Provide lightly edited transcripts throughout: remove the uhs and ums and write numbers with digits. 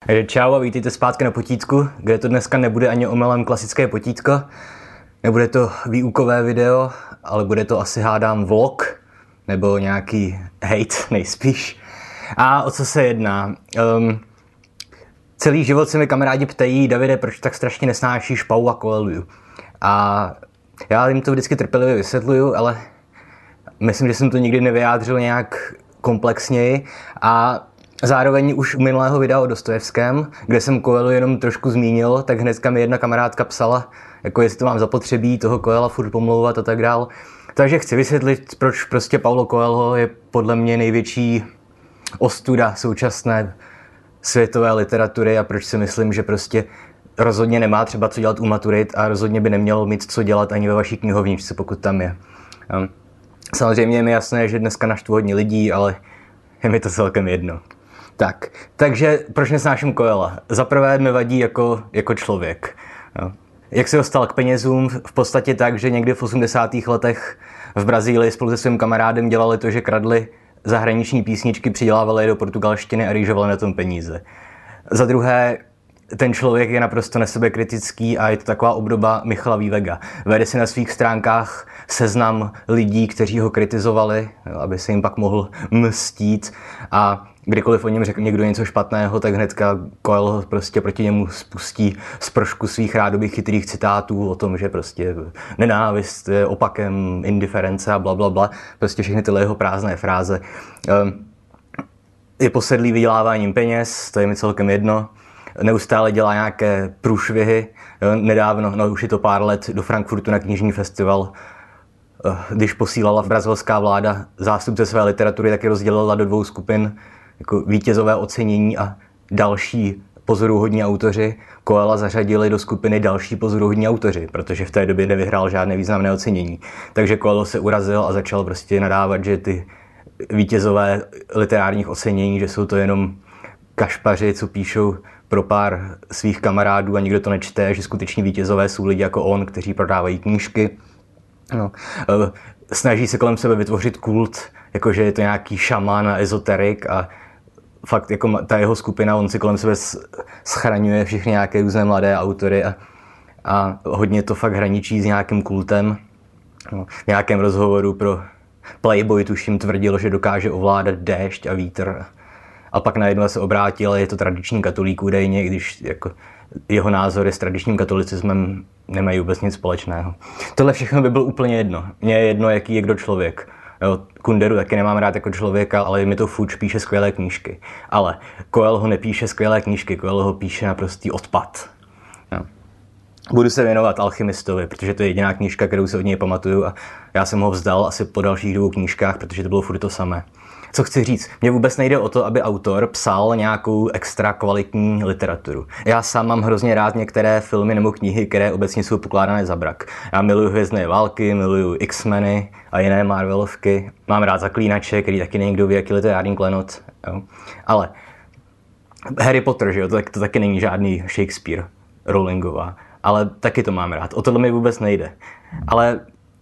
Čau a vítejte zpátky na potítku, kde to dneska nebude ani omylem klasické potítko. Nebude to výukové video, ale bude to asi hádám vlog, nebo nějaký hate nejspíš. A o co se jedná? Celý život se mi kamarádi ptají, Davide, proč tak strašně nesnášíš Paula Coelhu? A já jim to vždycky trpělivě vysvětluju, ale myslím, že jsem to nikdy nevyjádřil nějak komplexněji. A zároveň už u minulého videa o Dostojevském, kde jsem Coelhu jenom trošku zmínil, tak hnedka mi jedna kamarádka psala, jako jestli to mám zapotřebí toho Coelha furt pomlouvat a tak dál. Takže chci vysvětlit, proč prostě Paulo Coelho je podle mě největší ostuda současné světové literatury a proč si myslím, že prostě rozhodně nemá třeba co dělat u maturit a rozhodně by neměl mít co dělat ani ve vaší knihovničce, pokud tam je. Samozřejmě je mi jasné, že dneska naštvu hodně lidí, ale je mi to celkem jedno. Takže proč nesnáším Coelha? Za prvé mi vadí jako člověk. Jak se dostal k penězům? V podstatě tak, že někdy v 80. letech v Brazílii spolu se svým kamarádem dělali to, že kradli zahraniční písničky, přidělávali je do portugalštiny a rýžovali na tom peníze. Za druhé, ten člověk je naprosto nesebekritický a je to taková obdoba Michala Vývega. Vede si na svých stránkách seznam lidí, kteří ho kritizovali, aby se jim pak mohl mstít, a kdykoliv o něm řekl někdo něco špatného, tak hnedka Coelho prostě proti němu spustí spršku svých rádoby chytrých citátů o tom, že prostě nenávist je opakem indiference a blablabla. Prostě všechny tyhle jeho prázdné fráze. Je posedlý vyděláváním peněz, to je mi celkem jedno. Neustále dělá nějaké průšvihy. Nedávno, už je to pár let, do Frankfurtu na knižní festival, když posílala brazilská vláda zástupce své literatury, tak je rozdělila do dvou skupin, jako vítězové ocenění a další pozoruhodní autoři. Coelha zařadili do skupiny další pozoruhodní autoři, protože v té době nevyhrál žádné významné ocenění. Takže Coelho se urazil a začal prostě nadávat, že ty vítězové literárních ocenění, že jsou to jenom kašpaři, co píšou pro pár svých kamarádů a nikdo to nečte, že skuteční vítězové jsou lidi jako on, kteří prodávají knížky. Snaží se kolem sebe vytvořit kult, jakože je to nějaký šaman a ezoterik a fakt jako ta jeho skupina, on si kolem sebe schraňuje všechny nějaké různé mladé autory a hodně to fakt hraničí s nějakým kultem. V nějakém rozhovoru pro Playboy tuším tvrdil, že dokáže ovládat déšť a vítr. A pak najednou se obrátil, je to tradiční katolík údajně, když jako jeho názory s tradičním katolicismem nemají vůbec nic společného. Tohle všechno by bylo úplně jedno. Mně je jedno, jaký je kdo člověk. Jo, Kunderu taky nemám rád jako člověka, ale mi to Fuč píše skvělé knížky. Ale Coelho nepíše skvělé knížky, Coelho píše naprostý odpad. Jo. Budu se věnovat Alchymistovi, protože to je jediná knížka, kterou si od něj pamatuju a já jsem ho vzdal asi po dalších dvou knížkách, protože to bylo furt to samé. Co chci říct? Mně vůbec nejde o to, aby autor psal nějakou extra kvalitní literaturu. Já sám mám hrozně rád některé filmy nebo knihy, které obecně jsou pokládané za brak. Já miluju Hvězdné války, miluju X-meny a jiné Marvelovky. Mám rád Zaklínače, který taky není kdo ví, jaký literární klenot. Jo. Ale Harry Potter, že jo, to taky není žádný Shakespeare, Rowlingová. Ale taky to mám rád. O tohle mi vůbec nejde. Ale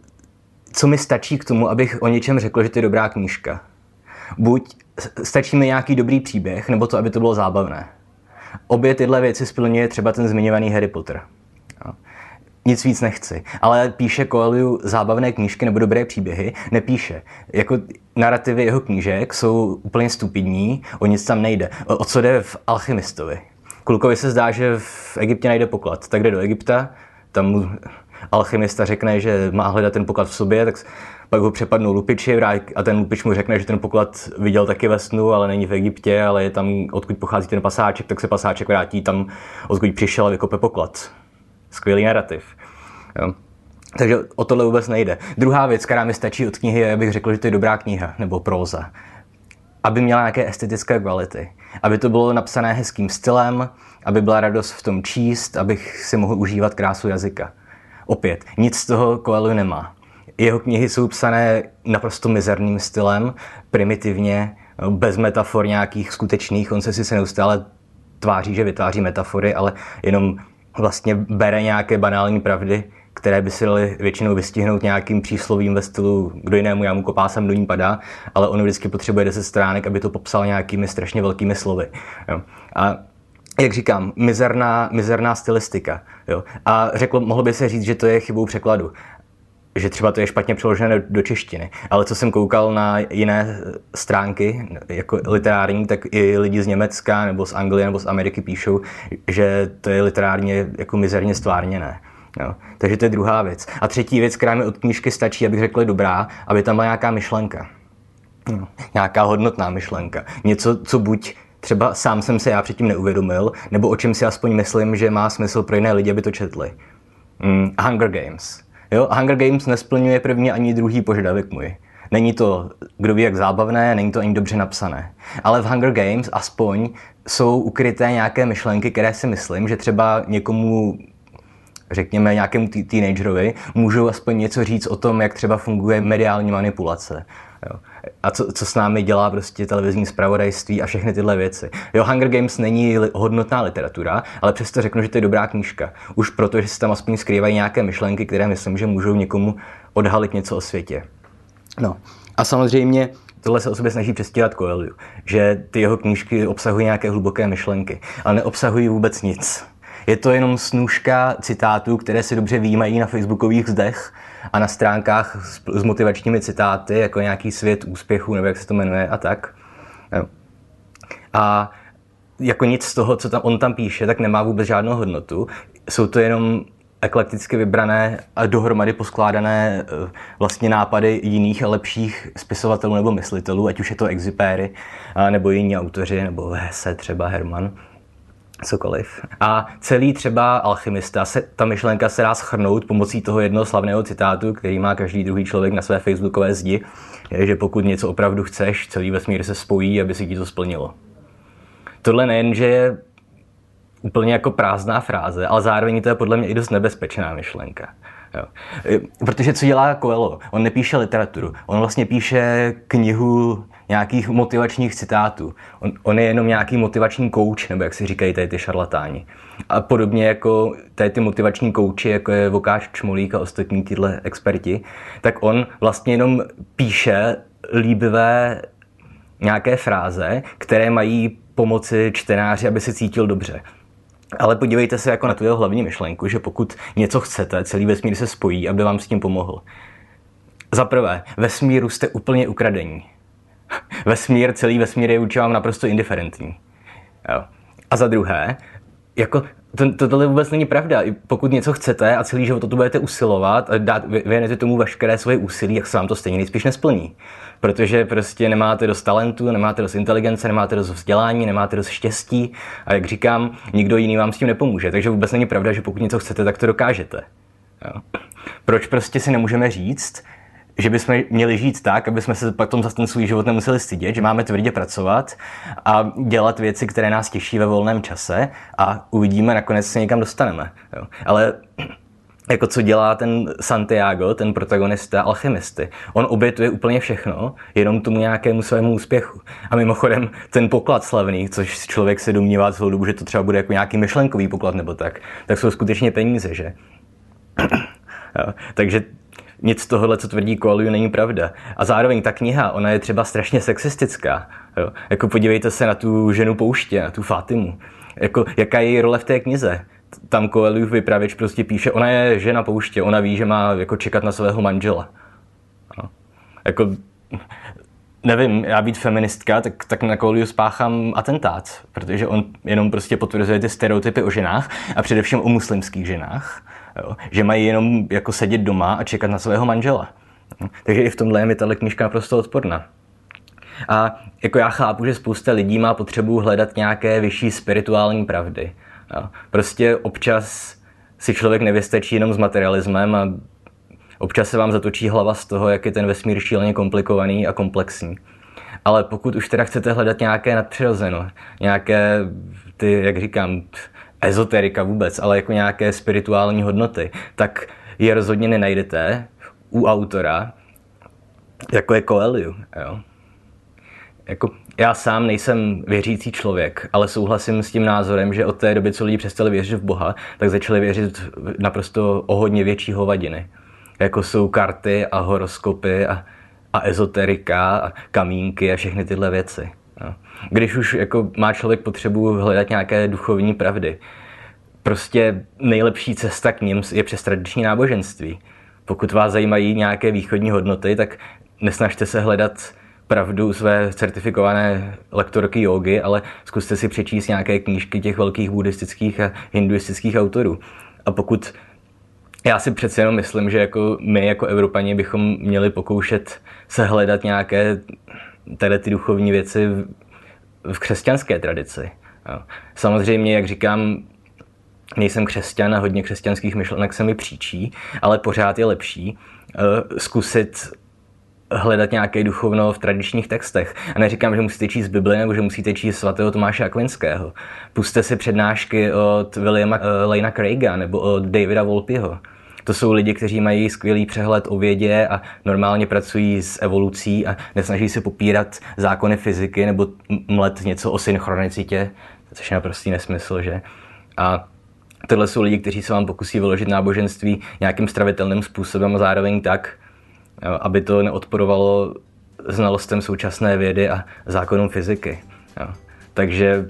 co mi stačí k tomu, abych o něčem řekl, že to je dobrá knížka? Buď stačí mi nějaký dobrý příběh, nebo to, aby to bylo zábavné. Obě tyhle věci splňuje třeba ten zmiňovaný Harry Potter. Jo. Nic víc nechci. Ale píše Coelho zábavné knížky nebo dobré příběhy? Nepíše. Jako narrativy jeho knížek jsou úplně stupidní, o nic tam nejde. O co jde v Alchymistovi? Klukovi se zdá, že v Egyptě najde poklad. Tak jde do Egypta, tam mu alchymista řekne, že má hledat ten poklad v sobě, tak pak ho přepadnou lupiči a ten lupič mu řekne, že ten poklad viděl taky ve snu, ale není v Egyptě, ale je tam, odkud pochází ten pasáček, tak se pasáček vrátí tam, odkud přišel, a vykope poklad. Skvělý narrativ. Jo. Takže o tohle vůbec nejde. Druhá věc, která mi stačí od knihy, je, abych řekl, že to je dobrá kniha, nebo próza. Aby měla nějaké estetické kvality. Aby to bylo napsané hezkým stylem, aby byla radost v tom číst, abych si mohl užívat krásu jazyka. Opět, nic z toho Coelho nemá. Jeho knihy jsou psané naprosto mizerným stylem, primitivně, bez metafor nějakých skutečných. On se sice neustále tváří, že vytváří metafory, ale jenom vlastně bere nějaké banální pravdy, které by si dali většinou vystihnout nějakým příslovím ve stylu kdo jinému já mu kopásem, do ní padá, ale on vždycky potřebuje 10 stránek, aby to popsal nějakými strašně velkými slovy. Jo. A jak říkám, mizerná stylistika. Jo. A mohlo by se říct, že to je chybou překladu. Že třeba to je špatně přeložené do češtiny. Ale co jsem koukal na jiné stránky, jako literární, tak i lidi z Německa nebo z Anglie nebo z Ameriky píšou, že to je literárně jako mizerně stvárněné. Jo. Takže to je druhá věc. A třetí věc, která mi od knížky stačí, abych řekl, je dobrá, aby tam byla nějaká myšlenka. Jo. Nějaká hodnotná myšlenka. Něco, co buď třeba sám jsem se já předtím neuvědomil, nebo o čem si aspoň myslím, že má smysl pro jiné lidi, aby to četli. Hunger Games. Jo? Hunger Games nesplňuje první ani druhý požadavek můj. Není to, kdo ví, jak zábavné, není to ani dobře napsané. Ale v Hunger Games aspoň jsou ukryté nějaké myšlenky, které si myslím, že třeba někomu, řekněme nějakému teenagerovi, můžou aspoň něco říct o tom, jak třeba funguje mediální manipulace. Jo. A co s námi dělá prostě televizní zpravodajství a všechny tyhle věci. Jo, Hunger Games není hodnotná literatura, ale přesto řeknu, že to je dobrá knížka. Už proto, že se tam aspoň skrývají nějaké myšlenky, které myslím, že můžou někomu odhalit něco o světě. No. A samozřejmě tohle se o sobě snaží přestírat Coelho, že ty jeho knížky obsahují nějaké hluboké myšlenky, ale neobsahují vůbec nic. Je to jenom snůška citátů, které si dobře vyjímají na facebookových zdech a na stránkách s motivačními citáty, jako nějaký svět úspěchu, nebo jak se to jmenuje a tak. A jako nic z toho, co on tam píše, tak nemá vůbec žádnou hodnotu. Jsou to jenom eklekticky vybrané a dohromady poskládané vlastně nápady jiných a lepších spisovatelů nebo myslitelů, ať už je to Exupéry, nebo jiní autoři, nebo Hesse třeba Hermann. Cokoliv. A celý třeba Alchymista, ta myšlenka se dá shrnout pomocí toho jednoho slavného citátu, který má každý druhý člověk na své facebookové zdi, je, že pokud něco opravdu chceš, celý vesmír se spojí, aby si ti to splnilo. Tohle nejen, že je úplně jako prázdná fráze, ale zároveň to je podle mě i dost nebezpečná myšlenka. Jo. Protože co dělá Coelho? On nepíše literaturu, on vlastně píše knihu nějakých motivačních citátů. On je jenom nějaký motivační kouč, nebo jak si říkají tady ty šarlatáni. A podobně jako tady ty motivační kouči, jako je Vokáš Čmolík a ostatní tyhle experti, tak on vlastně jenom píše líbivé nějaké fráze, které mají pomoci čtenáři, aby se cítil dobře. Ale podívejte se jako na tu jeho hlavní myšlenku, že pokud něco chcete, celý vesmír se spojí, aby vám s tím pomohl. Za prvé, vesmíru jste úplně ukradení. Celý vesmír je vůči vám naprosto indiferentní. Jo. A za druhé, jako tohle vůbec není pravda. Pokud něco chcete a celý život o to budete usilovat a věnujete tomu veškeré svoje úsilí, jak se vám to stejně nejspíš nesplní. Protože prostě nemáte dost talentu, nemáte dost inteligence, nemáte dost vzdělání, nemáte dost štěstí a jak říkám, nikdo jiný vám s tím nepomůže. Takže vůbec není pravda, že pokud něco chcete, tak to dokážete. Jo. Proč prostě si nemůžeme říct, že bychom měli žít tak, aby jsme se potom za ten svůj život nemuseli stydět, že máme tvrdě pracovat a dělat věci, které nás těší ve volném čase a uvidíme, nakonec se někam dostaneme. Jo. Ale jako co dělá ten Santiago, ten protagonista Alchymisty. On obětuje úplně všechno, jenom tomu nějakému svému úspěchu. A mimochodem ten poklad slavný, což člověk se domnívá celou dobu, že to třeba bude jako nějaký myšlenkový poklad nebo tak jsou skutečně peníze, že? Jo. Takže nic z tohohle, co tvrdí Coelho, není pravda. A zároveň ta kniha, ona je třeba strašně sexistická. Jo. Jako podívejte se na tu ženu pouště, na tu Fátimu. Jako, jaká je její role v té knize? Tam Coelhův vypravěč prostě píše, ona je žena pouště, ona ví, že má jako čekat na svého manžela. Jo. Jako, nevím, já být feministka, tak na Coelho spáchám atentát, protože on jenom prostě potvrzuje ty stereotypy o ženách a především o muslimských ženách. Jo, že mají jenom jako sedět doma a čekat na svého manžela. Takže i v tomhle je mi tahle knížka naprosto odporná. A jako já chápu, že spousta lidí má potřebu hledat nějaké vyšší spirituální pravdy. Jo. Prostě občas si člověk nevystačí jenom s materialismem a občas se vám zatočí hlava z toho, jak je ten vesmír šíleně komplikovaný a komplexní. Ale pokud už teda chcete hledat nějaké nadpřirozeno, nějaké ty, jak říkám, ezoterika vůbec, ale jako nějaké spirituální hodnoty, tak je rozhodně nenajdete u autora, jako je Coelho. Jo. Jako, já sám nejsem věřící člověk, ale souhlasím s tím názorem, že od té doby, co lidi přestali věřit v Boha, tak začali věřit naprosto o hodně větší hovadiny. Jako jsou karty a horoskopy a ezoterika a kamínky a všechny tyhle věci. Jo. Když už jako má člověk potřebu hledat nějaké duchovní pravdy, prostě nejlepší cesta k nim je přes tradiční náboženství. Pokud vás zajímají nějaké východní hodnoty, tak nesnažte se hledat pravdu své certifikované lektorky jógy, ale zkuste si přečíst nějaké knížky těch velkých buddhistických a hinduistických autorů. A pokud já si přece jenom myslím, že jako my jako Evropani bychom měli pokoušet se hledat nějaké tady ty duchovní věci v křesťanské tradici. Jo. Samozřejmě, jak říkám, nejsem křesťan a hodně křesťanských myšlenek se mi příčí, ale pořád je lepší zkusit hledat nějaké duchovno v tradičních textech. A neříkám, že musíte číst Bibli nebo že musíte číst svatého Tomáše Akvinského. Pusťte si přednášky od Williama Lanea Craiga nebo od Davida Volpyho. To jsou lidi, kteří mají skvělý přehled o vědě a normálně pracují s evolucí a nesnaží se popírat zákony fyziky nebo mlet něco o synchronicitě, což je naprostý nesmysl, že? A tohle jsou lidi, kteří se vám pokusí vyložit náboženství nějakým stravitelným způsobem a zároveň tak, aby to neodporovalo znalostem současné vědy a zákonům fyziky. Jo. Takže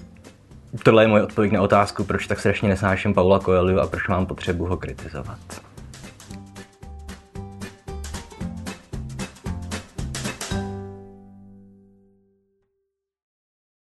tohle je moje odpověď na otázku, proč tak strašně nesnáším Paula Coelho a proč mám potřebu ho kritizovat.